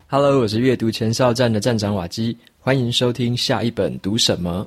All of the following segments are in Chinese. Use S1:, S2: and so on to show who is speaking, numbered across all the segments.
S1: Hello， 我是阅读前哨站的站长瓦基，欢迎收听下一本读什么。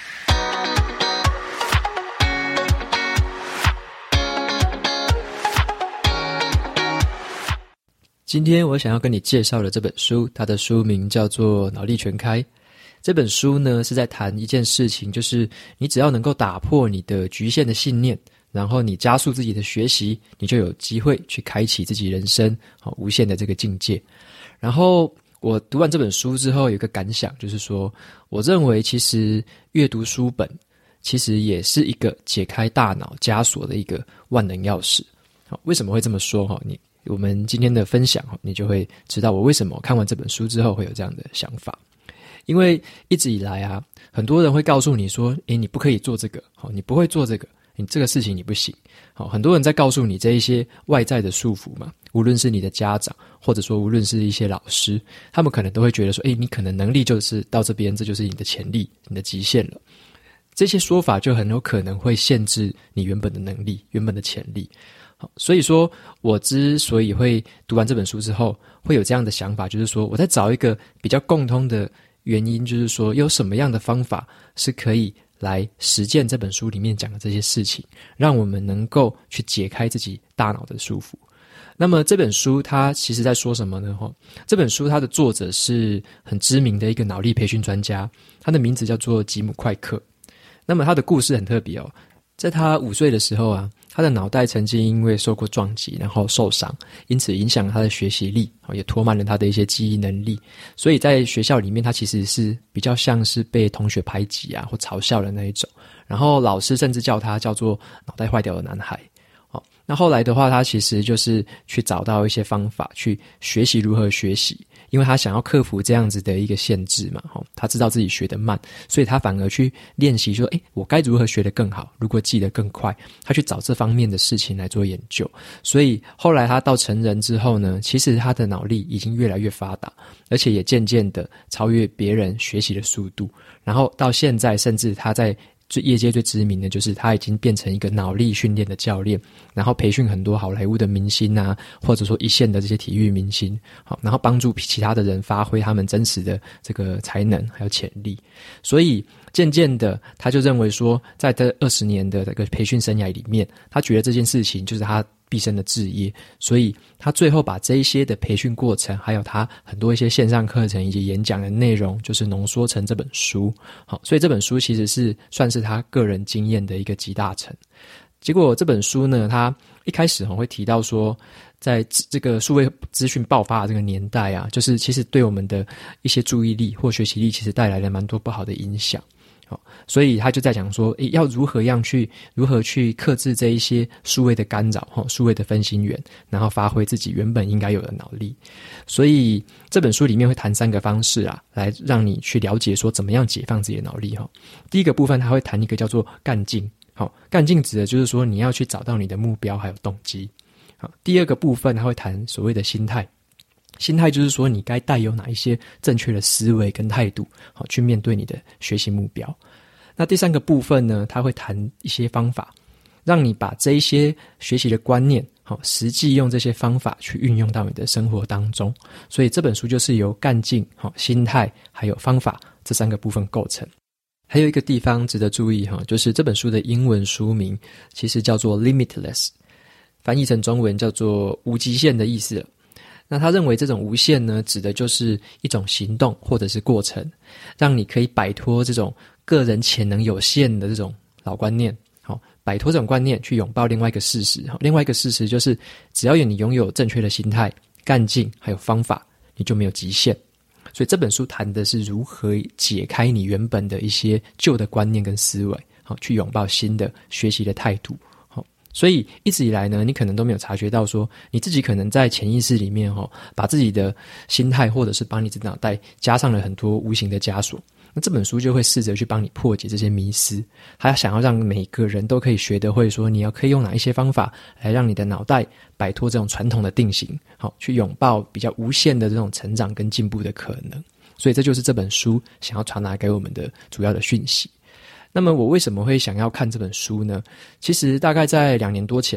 S1: 今天我想要跟你介绍的这本书，它的书名叫做《脑力全开》。这本书呢是在谈一件事情，就是你只要能够打破你的局限的信念，然后你加速自己的学习，你就有机会去开启自己人生无限的这个境界。然后我读完这本书之后有一个感想，就是说我认为其实阅读书本其实也是一个解开大脑枷锁的一个万能钥匙。为什么会这么说？我们今天的分享你就会知道我为什么看完这本书之后会有这样的想法。因为一直以来啊，很多人会告诉你说你不可以做这个，你不会做这个，你这个事情你不行。很多人在告诉你这一些外在的束缚嘛，无论是你的家长，或者说无论是一些老师，他们可能都会觉得说你可能能力就是到这边，这就是你的潜力，你的极限了。这些说法就很有可能会限制你原本的能力，原本的潜力。所以说我之所以会读完这本书之后会有这样的想法，就是说我在找一个比较共通的原因，就是说有什么样的方法是可以来实践这本书里面讲的这些事情，让我们能够去解开自己大脑的束缚。那么这本书它其实在说什么呢？这本书它的作者是很知名的一个脑力培训专家，他的名字叫做吉姆快克。那么他的故事很特别在他5岁的时候啊，他的脑袋曾经因为受过撞击然后受伤，因此影响了他的学习力，也拖慢了他的一些记忆能力。所以在学校里面他其实是比较像是被同学排挤啊或嘲笑的那一种，然后老师甚至叫他叫做脑袋坏掉的男孩。那后来的话他其实就是去找到一些方法去学习如何学习，因为他想要克服这样子的一个限制嘛，他知道自己学得慢，所以他反而去练习说我该如何学得更好，如何记得更快，他去找这方面的事情来做研究。所以后来他到成人之后呢，其实他的脑力已经越来越发达，而且也渐渐的超越别人学习的速度，然后到现在甚至他在业界最知名的就是他已经变成一个脑力训练的教练，然后培训很多好莱坞的明星啊，或者说一线的这些体育明星，然后帮助其他的人发挥他们真实的这个才能还有潜力。所以渐渐的他就认为说，在这20年的这个培训生涯里面，他觉得这件事情就是他毕生的志业，所以他最后把这一些的培训过程，还有他很多一些线上课程以及演讲的内容，就是浓缩成这本书。所以这本书其实是算是他个人经验的一个集大成。结果这本书呢，他一开始会提到说，在这个数位资讯爆发的这个年代啊，就是其实对我们的一些注意力或学习力其实带来了蛮多不好的影响。所以他就在讲说要如何去克制这一些数位的干扰，数位的分心源，然后发挥自己原本应该有的脑力。所以这本书里面会谈3个方式来让你去了解说怎么样解放自己的脑力。第一个部分他会谈一个叫做干劲，干劲指的就是说你要去找到你的目标还有动机。第二个部分他会谈所谓的心态，心态就是说你该带有哪一些正确的思维跟态度，去面对你的学习目标。那第3个部分呢，他会谈一些方法，让你把这一些学习的观念，实际用这些方法去运用到你的生活当中。所以这本书就是由干劲、心态还有方法这3个部分构成。还有一个地方值得注意，就是这本书的英文书名其实叫做 Limitless， 翻译成中文叫做无极限的意思了。那他认为这种无限呢，指的就是一种行动或者是过程，让你可以摆脱这种个人潜能有限的这种老观念，摆脱这种观念，去拥抱另外一个事实。另外一个事实就是，只要你拥有正确的心态、干劲还有方法，你就没有极限。所以这本书谈的是如何解开你原本的一些旧的观念跟思维，去拥抱新的学习的态度。所以一直以来呢，你可能都没有察觉到说，你自己可能在潜意识里面把自己的心态或者是把你的脑袋加上了很多无形的枷锁。那这本书就会试着去帮你破解这些迷思，还想要让每个人都可以学得会说，你要可以用哪一些方法来让你的脑袋摆脱这种传统的定型，去拥抱比较无限的这种成长跟进步的可能。所以这就是这本书想要传达给我们的主要的讯息。那么我为什么会想要看这本书呢？其实大概在2年多前了，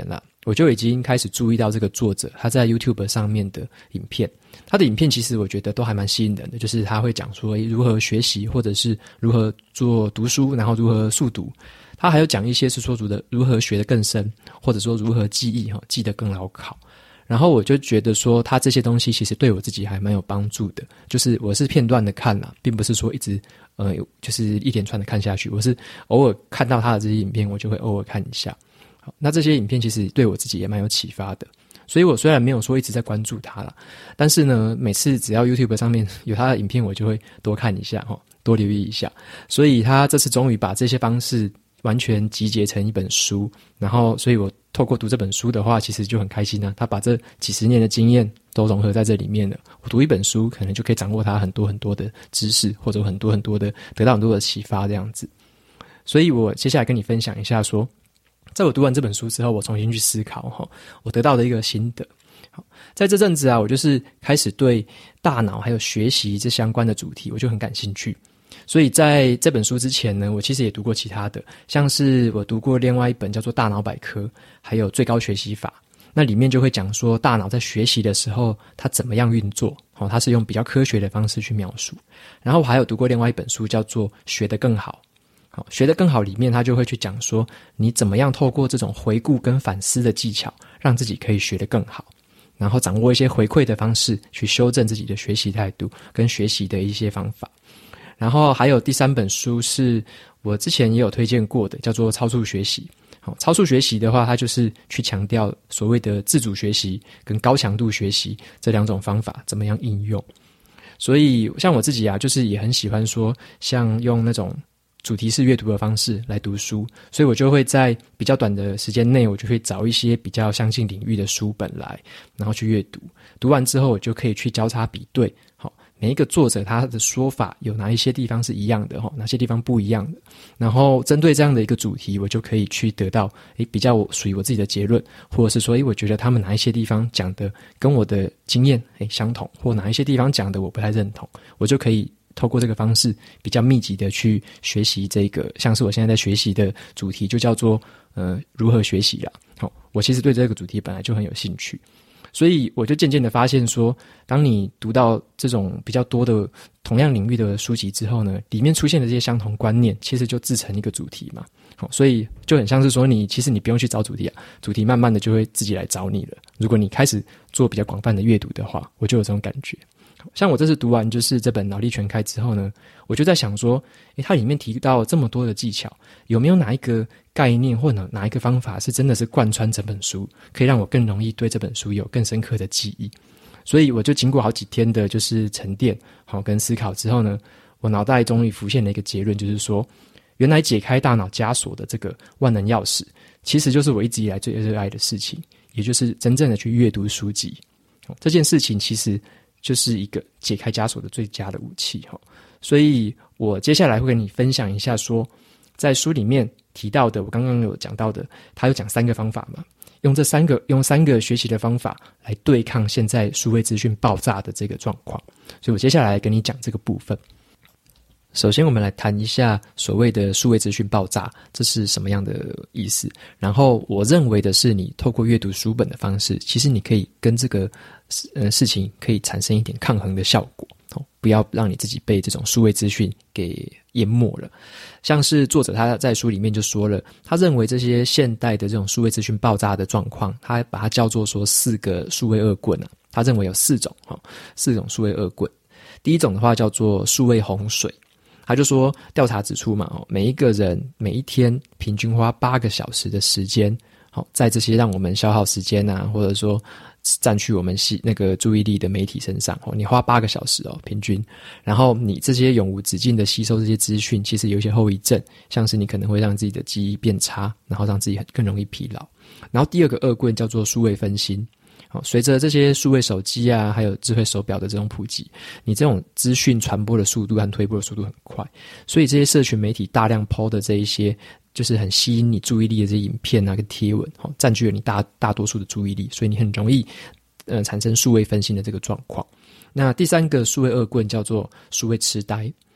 S1: 我就已经开始注意到这个作者他在 YouTube 上面的影片。他的影片其实我觉得都还蛮吸引人的，就是他会讲说如何学习，或者是如何做读书，然后如何速读。他还有讲一些是说如何学得更深，或者说如何记忆，记得更牢靠。然后我就觉得说他这些东西其实对我自己还蛮有帮助的，就是我是片段的看啦，并不是说一直就是一连串的看下去，我是偶尔看到他的这些影片，我就会偶尔看一下。好，那这些影片其实对我自己也蛮有启发的，所以我虽然没有说一直在关注他啦，但是呢每次只要 YouTube 上面有他的影片，我就会多看一下，多留意一下。所以他这次终于把这些方式完全集结成一本书，然后所以我透过读这本书的话，其实就很开心啊。他把这几十年的经验都融合在这里面了，我读一本书可能就可以掌握他很多很多的知识，或者很多很多的得到很多的启发这样子。所以我接下来跟你分享一下说，在我读完这本书之后，我重新去思考我得到的一个心得。在这阵子啊，我就是开始对大脑还有学习这相关的主题我就很感兴趣。所以在这本书之前呢，我其实也读过其他的，像是我读过另外一本叫做《大脑百科》，还有《最高学习法》。那里面就会讲说大脑在学习的时候它怎么样运作，它是用比较科学的方式去描述。然后我还有读过另外一本书叫做《学得更好》。学得更好里面他就会去讲说你怎么样透过这种回顾跟反思的技巧，让自己可以学得更好，然后掌握一些回馈的方式去修正自己的学习态度跟学习的一些方法。然后还有第三本书是我之前也有推荐过的，叫做超速学习。超速学习的话，它就是去强调所谓的自主学习跟高强度学习这两种方法怎么样应用。所以像我自己啊，就是也很喜欢说像用那种主题式阅读的方式来读书，所以我就会在比较短的时间内，我就会找一些比较相近领域的书本来，然后去阅读。读完之后我就可以去交叉比对，每一个作者他的说法有哪一些地方是一样的，哪些地方不一样的，然后针对这样的一个主题，我就可以去得到比较属于我自己的结论，或者是说我觉得他们哪一些地方讲的跟我的经验相同，或哪一些地方讲的我不太认同，我就可以透过这个方式比较密集的去学习这个，像是我现在在学习的主题就叫做如何学习啦。我其实对这个主题本来就很有兴趣，所以我就渐渐的发现说，当你读到这种比较多的同样领域的书籍之后呢，里面出现的这些相同观念其实就自成一个主题嘛。所以就很像是说其实你不用去找主题啊，主题慢慢的就会自己来找你了。如果你开始做比较广泛的阅读的话，我就有这种感觉。像我这次读完就是这本脑力全开之后呢，我就在想说它里面提到这么多的技巧，有没有哪一个概念或者哪一个方法是真的是贯穿整本书，可以让我更容易对这本书有更深刻的记忆。所以我就经过好几天的就是沉淀跟思考之后呢，我脑袋终于浮现了一个结论，就是说原来解开大脑枷锁的这个万能钥匙，其实就是我一直以来最热爱的事情，也就是真正的去阅读书籍。这件事情其实就是一个解开枷锁的最佳的武器。所以我接下来会跟你分享一下说，在书里面提到的，我刚刚有讲到的，他有讲3个方法嘛，用3个学习的方法来对抗现在数位资讯爆炸的这个状况。所以我接下来跟你讲这个部分。首先我们来谈一下所谓的数位资讯爆炸，这是什么样的意思。然后我认为的是，你透过阅读书本的方式，其实你可以跟这个事情可以产生一点抗衡的效果，不要让你自己被这种数位资讯给淹没了。像是作者他在书里面就说了，他认为这些现代的这种数位资讯爆炸的状况，他把它叫做说4个数位恶棍啊。他认为有4种数位恶棍。第一种的话叫做数位洪水。他就说调查指出嘛，每一个人每一天平均花8个小时的时间在这些让我们消耗时间啊，或者说占据我们那个注意力的媒体身上，你花8个小时平均，然后你这些永无止境的吸收这些资讯，其实有一些后遗症，像是你可能会让自己的记忆变差，然后让自己更容易疲劳。然后第2个恶棍叫做数位分心。随着这些数位手机啊，还有智慧手表的这种普及，你这种资讯传播的速度和推播的速度很快，所以这些社群媒体大量 po 的这一些就是很吸引你注意力的这些影片啊跟贴文，占据了你大多数的注意力，所以你很容易产生数位分心的这个状况。那第3个数位恶棍叫做数位痴呆。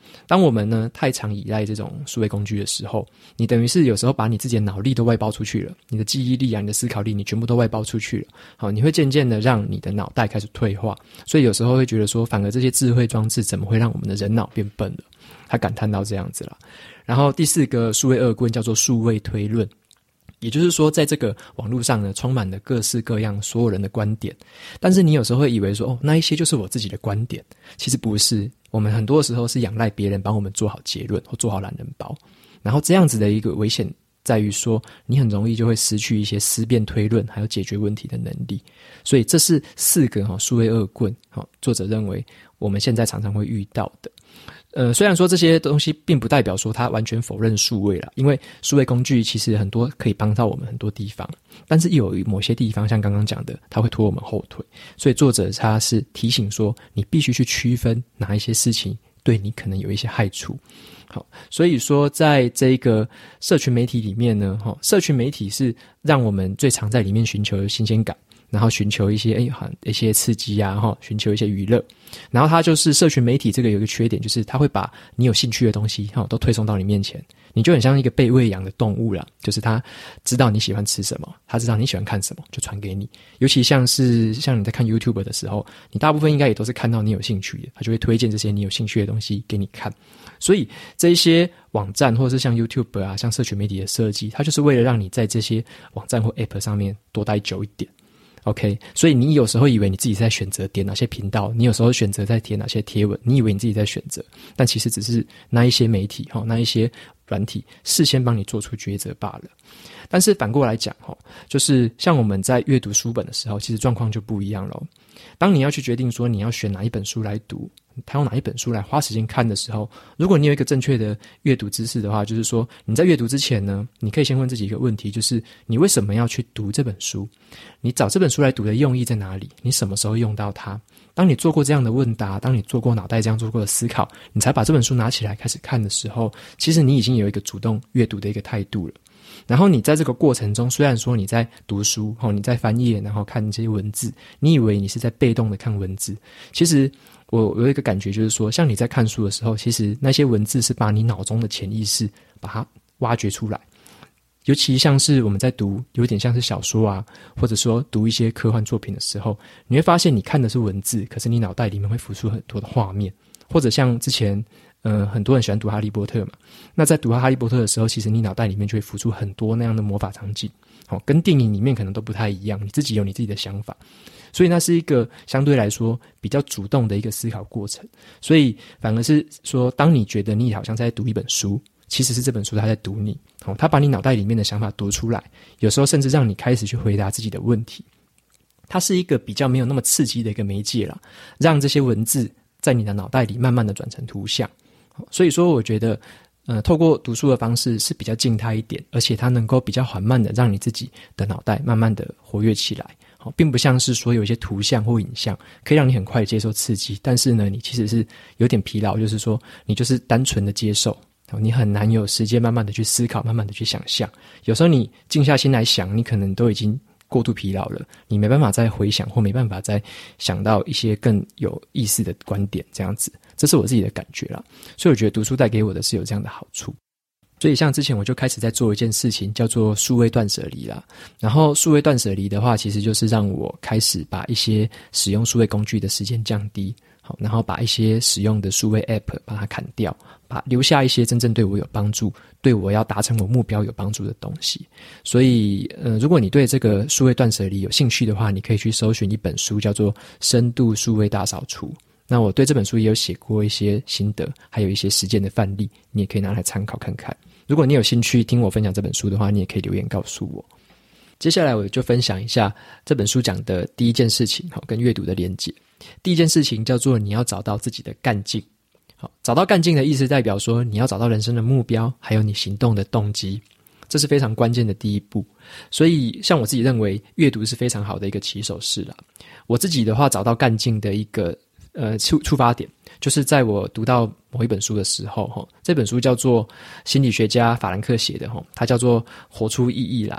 S1: 当我们呢太常依赖这种数位工具的时候，你等于是有时候把你自己的脑力都外包出去了，你的记忆力啊，你的思考力，你全部都外包出去了。好，你会渐渐的让你的脑袋开始退化，所以有时候会觉得说，反而这些智慧装置怎么会让我们的人脑变笨了？他感叹到这样子啦。然后第4个数位恶棍叫做数位推论。也就是说，在这个网络上呢，充满了各式各样所有人的观点，但是你有时候会以为说，那一些就是我自己的观点，其实不是。我们很多时候是仰赖别人帮我们做好结论或做好懒人包，然后这样子的一个危险在于说，你很容易就会失去一些思辨推论还有解决问题的能力。所以这是4个数位恶棍，作者认为我们现在常常会遇到的。虽然说这些东西并不代表说它完全否认数位啦，因为数位工具其实很多可以帮到我们很多地方，但是有某些地方像刚刚讲的，它会拖我们后腿。所以作者他是提醒说，你必须去区分哪一些事情对你可能有一些害处。好，所以说在这个社群媒体里面呢，社群媒体是让我们最常在里面寻求新鲜感，然后寻求一些刺激啊，寻求一些娱乐。然后它就是社群媒体这个有一个缺点，就是它会把你有兴趣的东西都推送到你面前，你就很像一个被喂养的动物啦，就是它知道你喜欢吃什么，它知道你喜欢看什么，就传给你。尤其像你在看 YouTube 的时候，你大部分应该也都是看到你有兴趣的，它就会推荐这些你有兴趣的东西给你看。所以这一些网站或者是像 YouTube 啊，像社群媒体的设计，它就是为了让你在这些网站或 App 上面多待久一点。OK， 所以你有时候以为你自己在选择点哪些频道，你有时候选择在填哪些贴文，你以为你自己在选择，但其实只是那一些媒体那一些软体事先帮你做出抉择罢了。但是反过来讲就是像我们在阅读书本的时候，其实状况就不一样了。当你要去决定说你要选哪一本书来读，他用哪一本书来花时间看的时候，如果你有一个正确的阅读知识的话，就是说你在阅读之前呢，你可以先问自己一个问题，就是你为什么要去读这本书？你找这本书来读的用意在哪里？你什么时候用到它？当你做过这样的问答，当你做过脑袋这样做过的思考，你才把这本书拿起来开始看的时候，其实你已经有一个主动阅读的一个态度了。然后你在这个过程中，虽然说你在读书你在翻页，然后看这些文字，你以为你是在被动的看文字，其实我有一个感觉，就是说像你在看书的时候，其实那些文字是把你脑中的潜意识把它挖掘出来。尤其像是我们在读有点像是小说啊，或者说读一些科幻作品的时候，你会发现你看的是文字，可是你脑袋里面会浮出很多的画面。或者像之前很多人喜欢读哈利波特嘛，那在读哈利波特的时候，其实你脑袋里面就会浮出很多那样的魔法场景，跟电影里面可能都不太一样，你自己有你自己的想法，所以那是一个相对来说比较主动的一个思考过程。所以反而是说，当你觉得你好像在读一本书，其实是这本书它在读你，它把你脑袋里面的想法读出来，有时候甚至让你开始去回答自己的问题。它是一个比较没有那么刺激的一个媒介啦，让这些文字在你的脑袋里慢慢的转成图像。所以说我觉得透过读书的方式是比较静态一点，而且它能够比较缓慢的让你自己的脑袋慢慢的活跃起来，并不像是说有一些图像或影像可以让你很快接受刺激，但是呢你其实是有点疲劳，就是说你就是单纯的接受，你很难有时间慢慢的去思考，慢慢的去想象。有时候你静下心来想，你可能都已经过度疲劳了，你没办法再回想，或没办法再想到一些更有意思的观点，这样子，这是我自己的感觉啦。所以我觉得读书带给我的是有这样的好处。所以像之前我就开始在做一件事情，叫做数位断舍离啦。然后数位断舍离的话，其实就是让我开始把一些使用数位工具的时间降低，然后把一些使用的数位 App 把它砍掉，留下一些真正对我有帮助，对我要达成我目标有帮助的东西。所以如果你对这个数位断舍离有兴趣的话，你可以去搜寻一本书，叫做《深度数位大扫除》。那我对这本书也有写过一些心得，还有一些实践的范例，你也可以拿来参考看看。如果你有兴趣听我分享这本书的话，你也可以留言告诉我。接下来我就分享一下这本书讲的第一件事情，跟阅读的连结。第一件事情叫做你要找到自己的干劲。找到干劲的意思代表说你要找到人生的目标，还有你行动的动机，这是非常关键的第一步。所以像我自己认为阅读是非常好的一个起手式啦。我自己的话找到干劲的一个出发点，就是在我读到某一本书的时候，这本书叫做心理学家法兰克写的，它叫做活出意义来。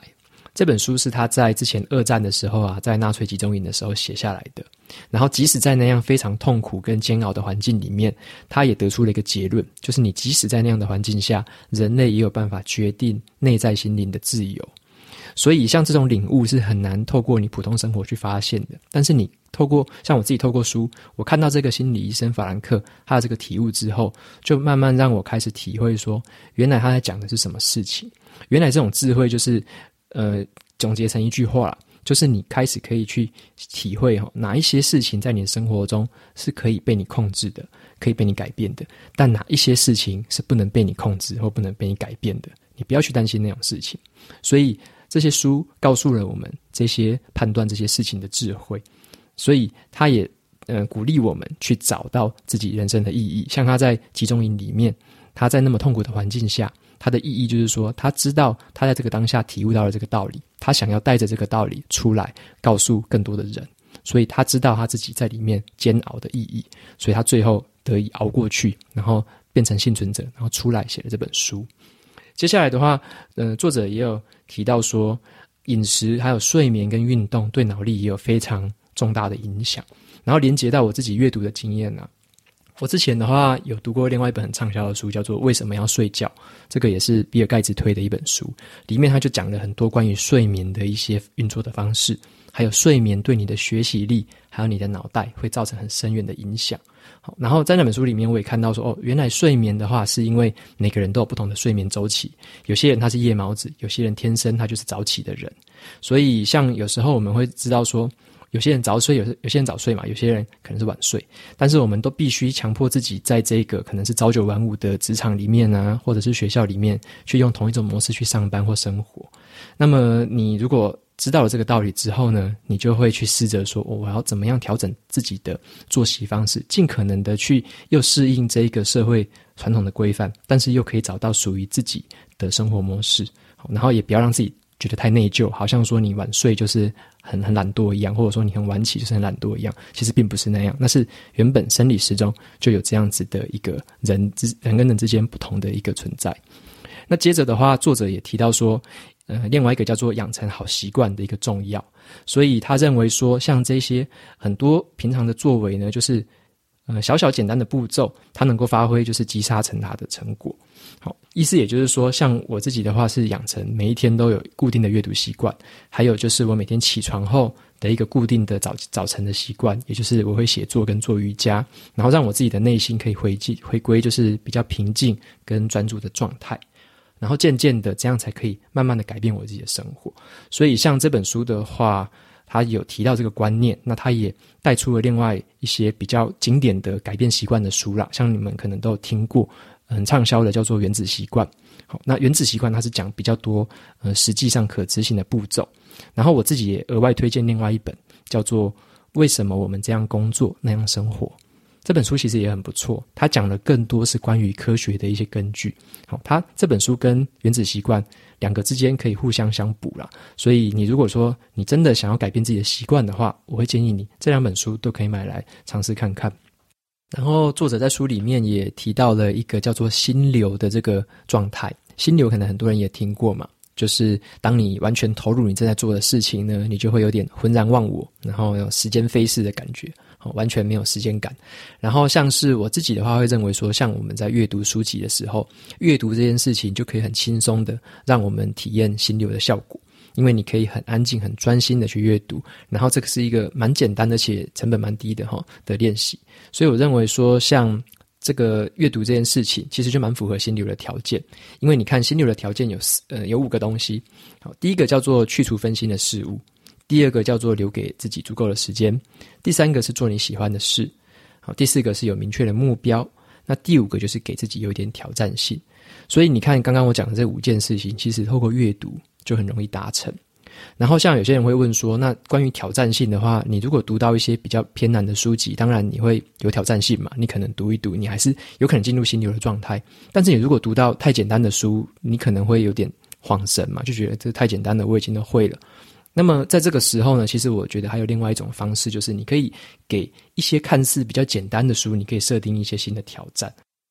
S1: 这本书是他在之前二战的时候啊，在纳粹集中营的时候写下来的。然后即使在那样非常痛苦跟煎熬的环境里面，他也得出了一个结论，就是你即使在那样的环境下，人类也有办法决定内在心灵的自由。所以像这种领悟是很难透过你普通生活去发现的，但是你透过像我自己透过书，我看到这个心理医生法兰克他的这个体悟之后，就慢慢让我开始体会说，原来他在讲的是什么事情。原来这种智慧就是总结成一句话啦，就是你开始可以去体会哪一些事情在你的生活中是可以被你控制的，可以被你改变的，但哪一些事情是不能被你控制或不能被你改变的，你不要去担心那种事情。所以这些书告诉了我们这些判断这些事情的智慧，所以他也鼓励我们去找到自己人生的意义。像他在集中营里面，他在那么痛苦的环境下，他的意义就是说，他知道他在这个当下体悟到了这个道理，他想要带着这个道理出来告诉更多的人，所以他知道他自己在里面煎熬的意义，所以他最后得以熬过去，然后变成幸存者，然后出来写了这本书。接下来的话，作者也有提到说，饮食还有睡眠跟运动对脑力也有非常重大的影响，然后连接到我自己阅读的经验啊。我之前的话有读过另外一本很畅销的书，叫做《为什么要睡觉》，这个也是比尔盖茨推的一本书，里面他就讲了很多关于睡眠的一些运作的方式，还有睡眠对你的学习力还有你的脑袋会造成很深远的影响。好，然后在那本书里面我也看到说，原来睡眠的话是因为每个人都有不同的睡眠周期，有些人他是夜猫子，有些人天生他就是早起的人，所以像有时候我们会知道说，有些人早睡，有些人早睡嘛，有些人可能是晚睡，但是我们都必须强迫自己在这个可能是朝九晚五的职场里面啊，或者是学校里面去用同一种模式去上班或生活。那么你如果知道了这个道理之后呢，你就会去试着说，我要怎么样调整自己的作息方式，尽可能的去又适应这一个社会传统的规范，但是又可以找到属于自己的生活模式，然后也不要让自己觉得太内疚，好像说你晚睡就是很懒惰一样，或者说你很晚起就是很懒惰一样，其实并不是那样，那是原本生理时钟就有这样子的一个人跟人之间不同的一个存在。那接着的话，作者也提到说，另外一个叫做养成好习惯的一个重要，所以他认为说，像这些很多平常的作为呢，就是小小简单的步骤，它能够发挥就是积沙成塔的成果。好，意思也就是说，像我自己的话是养成每一天都有固定的阅读习惯，还有就是我每天起床后的一个固定的早晨的习惯，也就是我会写作跟做瑜伽，然后让我自己的内心可以回归就是比较平静跟专注的状态，然后渐渐的这样才可以慢慢的改变我自己的生活。所以像这本书的话，他有提到这个观念，那他也带出了另外一些比较经典的改变习惯的书啦，像你们可能都有听过很畅销的叫做原子习惯。好，那原子习惯它是讲比较多实际上可执行的步骤，然后我自己也额外推荐另外一本叫做为什么我们这样工作那样生活，这本书其实也很不错，它讲了更多是关于科学的一些根据。好，它这本书跟原子习惯两个之间可以互相相补啦，所以你如果说你真的想要改变自己的习惯的话，我会建议你这两本书都可以买来尝试看看。然后作者在书里面也提到了一个叫做心流的这个状态，心流可能很多人也听过嘛，就是当你完全投入你正在做的事情呢，你就会有点浑然忘我，然后有时间飞逝的感觉，完全没有时间感。然后像是我自己的话会认为说，像我们在阅读书籍的时候，阅读这件事情就可以很轻松的让我们体验心流的效果，因为你可以很安静很专心的去阅读，然后这个是一个蛮简单的且成本蛮低的练习。所以我认为说，像这个阅读这件事情其实就蛮符合心流的条件，因为你看心流的条件有5个东西。好，第一个叫做去除分心的事物，第二个叫做留给自己足够的时间，第三个是做你喜欢的事，好，第四个是有明确的目标，那第5个就是给自己有一点挑战性。所以你看刚刚我讲的这5件事情，其实透过阅读就很容易达成。然后像有些人会问说，那关于挑战性的话，你如果读到一些比较偏难的书籍，当然你会有挑战性嘛，你可能读一读你还是有可能进入心流的状态，但是你如果读到太简单的书，你可能会有点恍神嘛，就觉得这太简单了，我已经都会了。那么在这个时候呢，其实我觉得还有另外一种方式，就是你可以给一些看似比较简单的书，你可以设定一些新的挑战。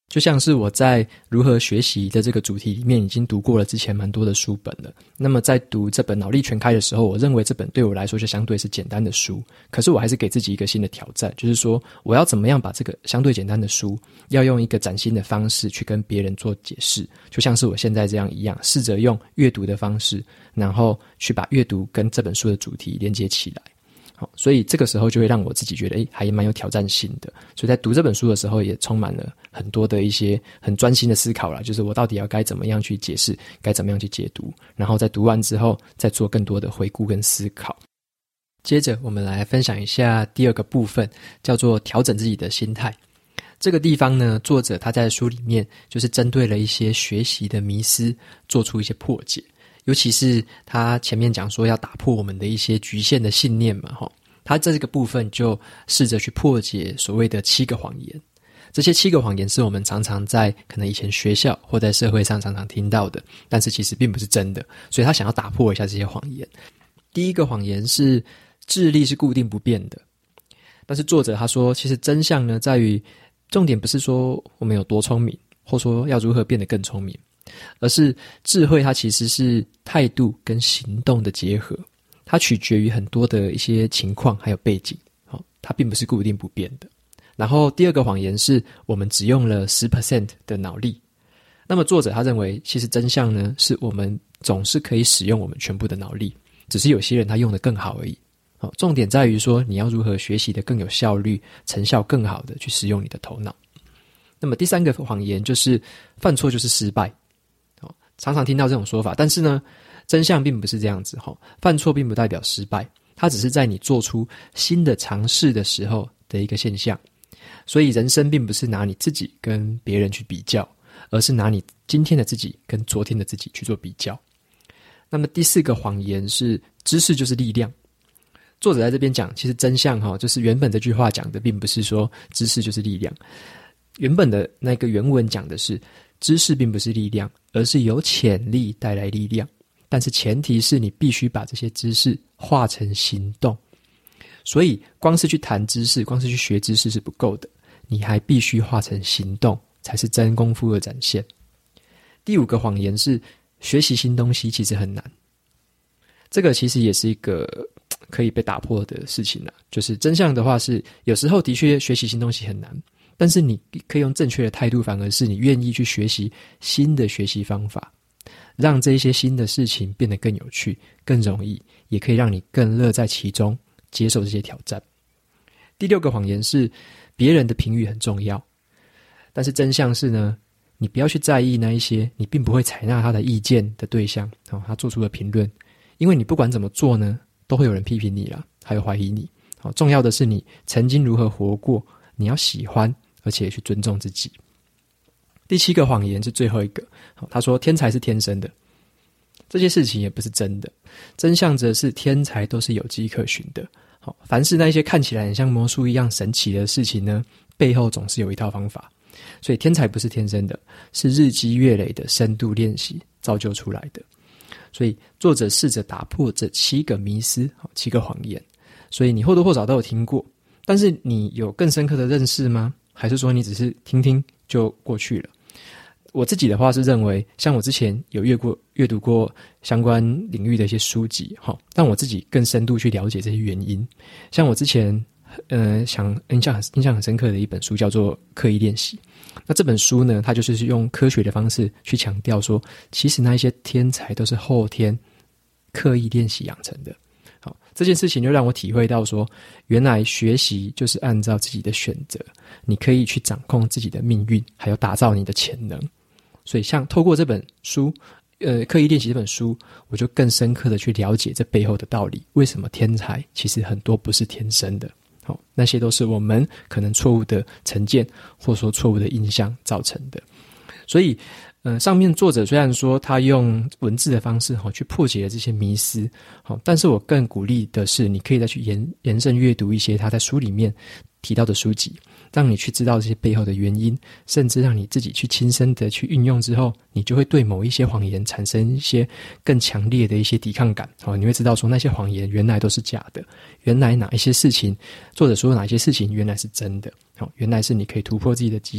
S1: 就像是我在如何学习的这个主题里面已经读过了之前蛮多的书本了，那么在读这本脑力全开的时候，我认为这本对我来说就相对是简单的书，可是我还是给自己一个新的挑战，就是说我要怎么样把这个相对简单的书要用一个崭新的方式去跟别人做解释，就像是我现在这样一样，试着用阅读的方式，然后去把阅读跟这本书的主题连接起来。好，所以这个时候就会让我自己觉得还蛮有挑战性的，所以在读这本书的时候也充满了很多的一些很专心的思考啦，就是我到底要该怎么样去解释，该怎么样去解读，然后在读完之后再做更多的回顾跟思考。接着我们来分享一下第二个部分，叫做调整自己的心态。这个地方呢，作者他在书里面就是针对了一些学习的迷思做出一些破解，尤其是他前面讲说要打破我们的一些局限的信念嘛，他在这个部分就试着去破解所谓的7个谎言。这些7个谎言是我们常常在可能以前学校或在社会上常常听到的，但是其实并不是真的，所以他想要打破一下这些谎言。第一个谎言是智力是固定不变的，但是作者他说其实真相呢在于重点不是说我们有多聪明，或说要如何变得更聪明，而是智慧它其实是态度跟行动的结合，它取决于很多的一些情况还有背景，它并不是固定不变的。然后第二个谎言是我们只用了 10% 的脑力，那么作者他认为其实真相呢是我们总是可以使用我们全部的脑力，只是有些人他用得更好而已。重点在于说你要如何学习得更有效率，成效更好的去使用你的头脑。那么第三个谎言就是犯错就是失败，常常听到这种说法，但是呢真相并不是这样子，犯错并不代表失败，它只是在你做出新的尝试的时候的一个现象。所以人生并不是拿你自己跟别人去比较，而是拿你今天的自己跟昨天的自己去做比较。那么第四个谎言是知识就是力量。作者在这边讲，其实真相就是原本这句话讲的并不是说知识就是力量，原本的那个原文讲的是知识并不是力量，而是有潜力带来力量，但是前提是你必须把这些知识化成行动。所以光是去谈知识，光是去学知识是不够的，你还必须化成行动，才是真功夫的展现。第五个谎言是学习新东西其实很难，这个其实也是一个可以被打破的事情啦。就是真相的话是有时候的确学习新东西很难，但是你可以用正确的态度，反而是你愿意去学习新的学习方法，让这些新的事情变得更有趣更容易，也可以让你更乐在其中，接受这些挑战。第六个谎言是别人的评语很重要，但是真相是呢，你不要去在意那一些你并不会采纳他的意见的对象，他做出的评论，因为你不管怎么做呢，都会有人批评你啦，还有怀疑你。重要的是你曾经如何活过，你要喜欢而且去尊重自己。第七个谎言是最后一个，他说天才是天生的，这些事情也不是真的，真相则是天才都是有迹可循的。凡是那些看起来很像魔术一样神奇的事情呢，背后总是有一套方法。所以天才不是天生的，是日积月累的深度练习造就出来的。所以作者试着打破这7个迷思，7个谎言。所以你或多或少都有听过，但是你有更深刻的认识吗？还是说你只是听听就过去了？我自己的话是认为，像我之前有阅读过相关领域的一些书籍，让我自己更深度去了解这些原因。像我之前印象很深刻的一本书叫做《刻意练习》。那这本书呢，它就是用科学的方式去强调说，其实那一些天才都是后天刻意练习养成的。好，这件事情就让我体会到说，原来学习就是按照自己的选择，你可以去掌控自己的命运，还有打造你的潜能。所以像透过这本书刻意练习这本书，我就更深刻的去了解这背后的道理，为什么天才其实很多不是天生的，那些都是我们可能错误的成见，或说错误的印象造成的。所以上面作者虽然说他用文字的方式去破解了这些迷思，但是我更鼓励的是你可以再去延伸阅读一些他在书里面提到的书籍，让你去知道这些背后的原因，甚至让你自己去亲身的去运用之后，你就会对某一些谎言产生一些更强烈的一些抵抗感。你会知道说那些谎言原来都是假的，原来哪一些事情，作者说哪一些事情原来是真的，原来是你可以突破自己的极限，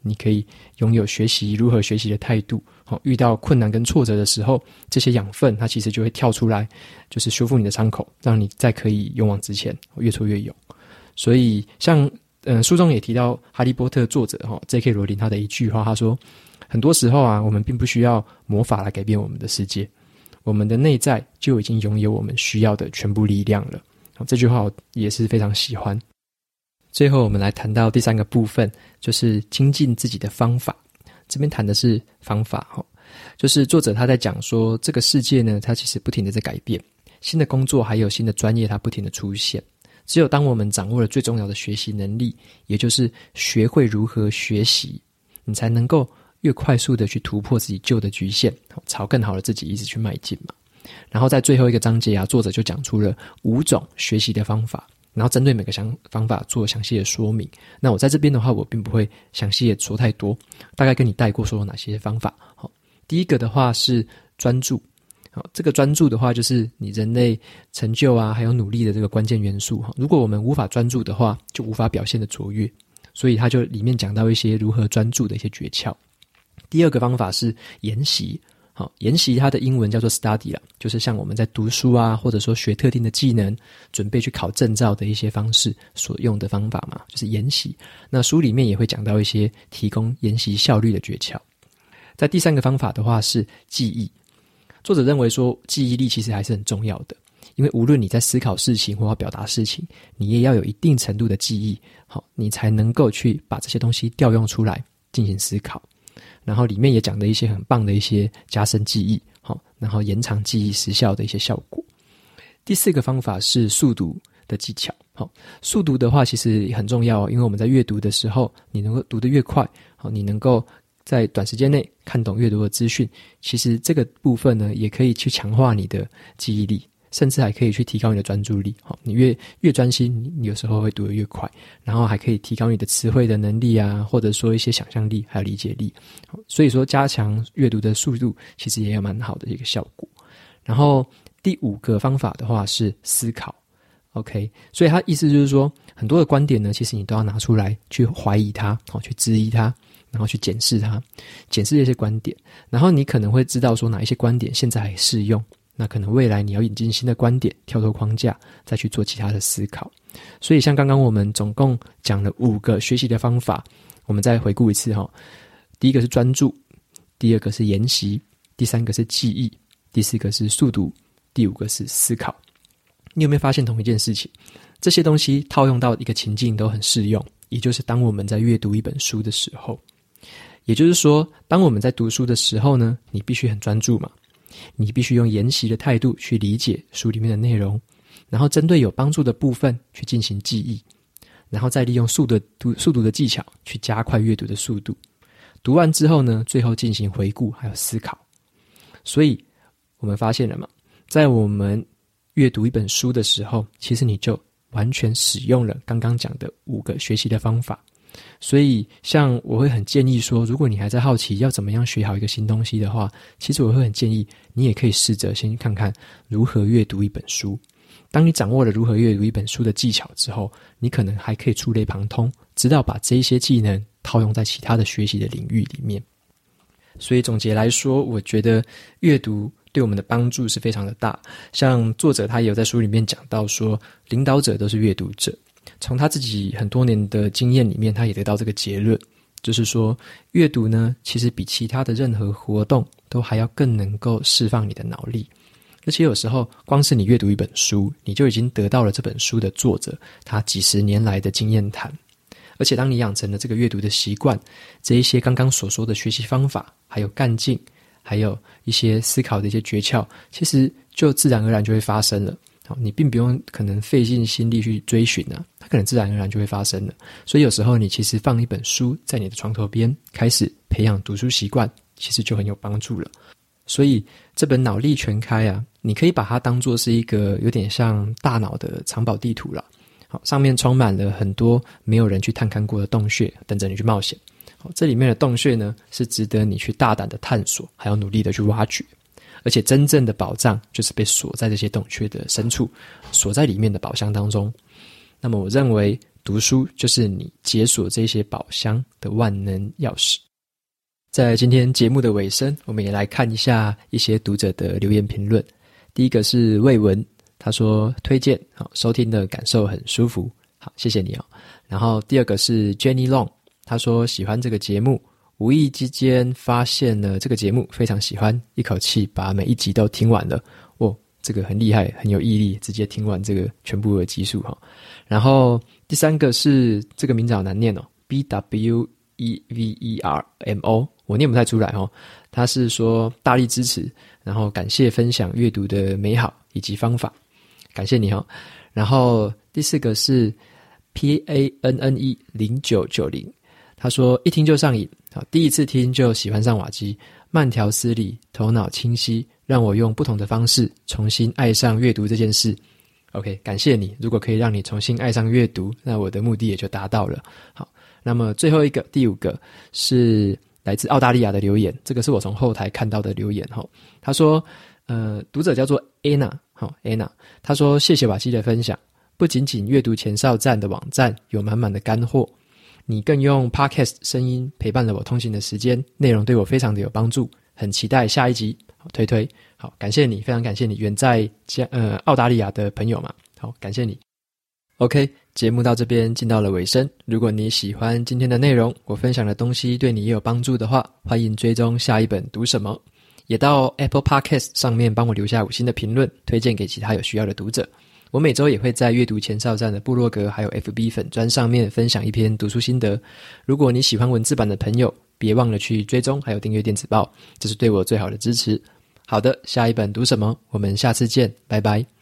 S1: 你可以拥有如何学习的态度。遇到困难跟挫折的时候，这些养分它其实就会跳出来，就是修复你的伤口，让你再可以勇往直前，越挫越勇。所以像书中也提到哈利波特作者J.K. 罗琳他的一句话，他说很多时候啊，我们并不需要魔法来改变我们的世界，我们的内在就已经拥有我们需要的全部力量了。这句话我也是非常喜欢。最后我们来谈到第3个部分，就是精进自己的方法。这边谈的是方法，就是作者他在讲说，这个世界呢，它其实不停的在改变，新的工作还有新的专业它不停的出现。只有当我们掌握了最重要的学习能力，也就是学会如何学习，你才能够越快速的去突破自己旧的局限，朝更好的自己一直去迈进嘛。然后在最后一个章节啊，作者就讲出了5种学习的方法，然后针对每个方法做详细的说明。那我在这边的话，我并不会详细的说太多，大概跟你带过说有哪些方法。第一个的话是专注。这个专注的话，就是你人类成就啊，还有努力的这个关键元素。如果我们无法专注的话，就无法表现的卓越。所以他就里面讲到一些如何专注的一些诀窍。第二个方法是研习。研习它的英文叫做 study 啦，就是像我们在读书啊，或者说学特定的技能，准备去考证照的一些方式所用的方法嘛，就是研习。那书里面也会讲到一些提供研习效率的诀窍。在第3个方法的话是记忆。作者认为说，记忆力其实还是很重要的，因为无论你在思考事情或要表达事情，你也要有一定程度的记忆，你才能够去把这些东西调用出来进行思考。然后里面也讲的一些很棒的一些加深记忆，然后延长记忆时效的一些效果。第4个方法是速读的技巧。速读的话其实很重要，因为我们在阅读的时候，你能够读得越快，你能够在短时间内看懂阅读的资讯，其实这个部分呢，也可以去强化你的记忆力，甚至还可以去提高你的专注力。你越专心，你有时候会读得越快，然后还可以提高你的词汇的能力啊，或者说一些想象力还有理解力。所以说加强阅读的速度其实也有蛮好的一个效果。然后第5个方法的话是思考。OK， 所以他意思就是说，很多的观点呢，其实你都要拿出来去怀疑它，去质疑它，然后去检视它，检视这些观点，然后你可能会知道说哪一些观点现在还适用，那可能未来你要引进新的观点，跳脱框架，再去做其他的思考。所以像刚刚我们总共讲了5个学习的方法，我们再回顾一次。第1个是专注，第2个是研习，第3个是记忆，第4个是速读，第5个是思考。你有没有发现同一件事情？这些东西套用到一个情境都很适用，也就是当我们在阅读一本书的时候。也就是说，当我们在读书的时候呢，你必须很专注嘛，你必须用研习的态度去理解书里面的内容，然后针对有帮助的部分去进行记忆，然后再利用速读的技巧去加快阅读的速度。读完之后呢，最后进行回顾还有思考。所以我们发现了嘛，在我们阅读一本书的时候，其实你就完全使用了刚刚讲的5个学习的方法。所以像我会很建议说，如果你还在好奇要怎么样学好一个新东西的话，其实我会很建议你也可以试着先看看如何阅读一本书。当你掌握了如何阅读一本书的技巧之后，你可能还可以触类旁通，直到把这一些技能套用在其他的学习的领域里面。所以总结来说，我觉得阅读对我们的帮助是非常的大。像作者他也有在书里面讲到说，领导者都是阅读者。从他自己很多年的经验里面，他也得到这个结论，就是说阅读呢，其实比其他的任何活动都还要更能够释放你的脑力。而且有时候光是你阅读一本书，你就已经得到了这本书的作者他几十年来的经验谈。而且当你养成了这个阅读的习惯，这一些刚刚所说的学习方法，还有干劲，还有一些思考的一些诀窍，其实就自然而然就会发生了。你并不用可能费尽心力去追寻啊，它可能自然而然就会发生了。所以有时候你其实放一本书在你的床头边，开始培养读书习惯，其实就很有帮助了。所以这本脑力全开啊，你可以把它当作是一个有点像大脑的藏宝地图了。上面充满了很多没有人去探勘过的洞穴，等着你去冒险。这里面的洞穴呢，是值得你去大胆的探索，还要努力的去挖掘。而且真正的宝藏就是被锁在这些洞穴的深处，锁在里面的宝箱当中。那么我认为读书就是你解锁这些宝箱的万能钥匙。在今天节目的尾声，我们也来看一下一些读者的留言评论。第一个是魏文，他说推荐，收听的感受很舒服，好，谢谢你哦。然后第二个是 Jenny Long， 他说喜欢这个节目，无意之间发现了这个节目，非常喜欢，一口气把每一集都听完了。这个很厉害，很有毅力，直接听完这个全部的集数哈。然后第三个是这个名字好难念哦 ，BWEVERMO， 我念不太出来哦。他是说大力支持，然后感谢分享阅读的美好以及方法，感谢你哦。然后第四个是 PANNE0990， 他说一听就上瘾，第一次听就喜欢上瓦基，慢条斯理，头脑清晰，让我用不同的方式重新爱上阅读这件事。OK， 感谢你，如果可以让你重新爱上阅读，那我的目的也就达到了。好，那么最后一个，第五个是来自澳大利亚的留言，这个是我从后台看到的留言。他说读者叫做 Anna， 他说谢谢瓦基的分享，不仅仅阅读前哨站的网站有满满的干货，你更用 Podcast 声音陪伴了我通勤的时间，内容对我非常的有帮助，很期待下一集，推推。好，感谢你，非常感谢你，远在澳大利亚的朋友嘛，好，感谢你。OK， 节目到这边进到了尾声，如果你喜欢今天的内容，我分享的东西对你也有帮助的话，欢迎追踪下一本读什么，也到 Apple Podcast 上面帮我留下5星的评论，推荐给其他有需要的读者。我每周也会在阅读前哨站的部落格还有 FB 粉专上面分享一篇读书心得，如果你喜欢文字版的朋友，别忘了去追踪还有订阅电子报，这是对我最好的支持。好的，下一本读什么，我们下次见，拜拜。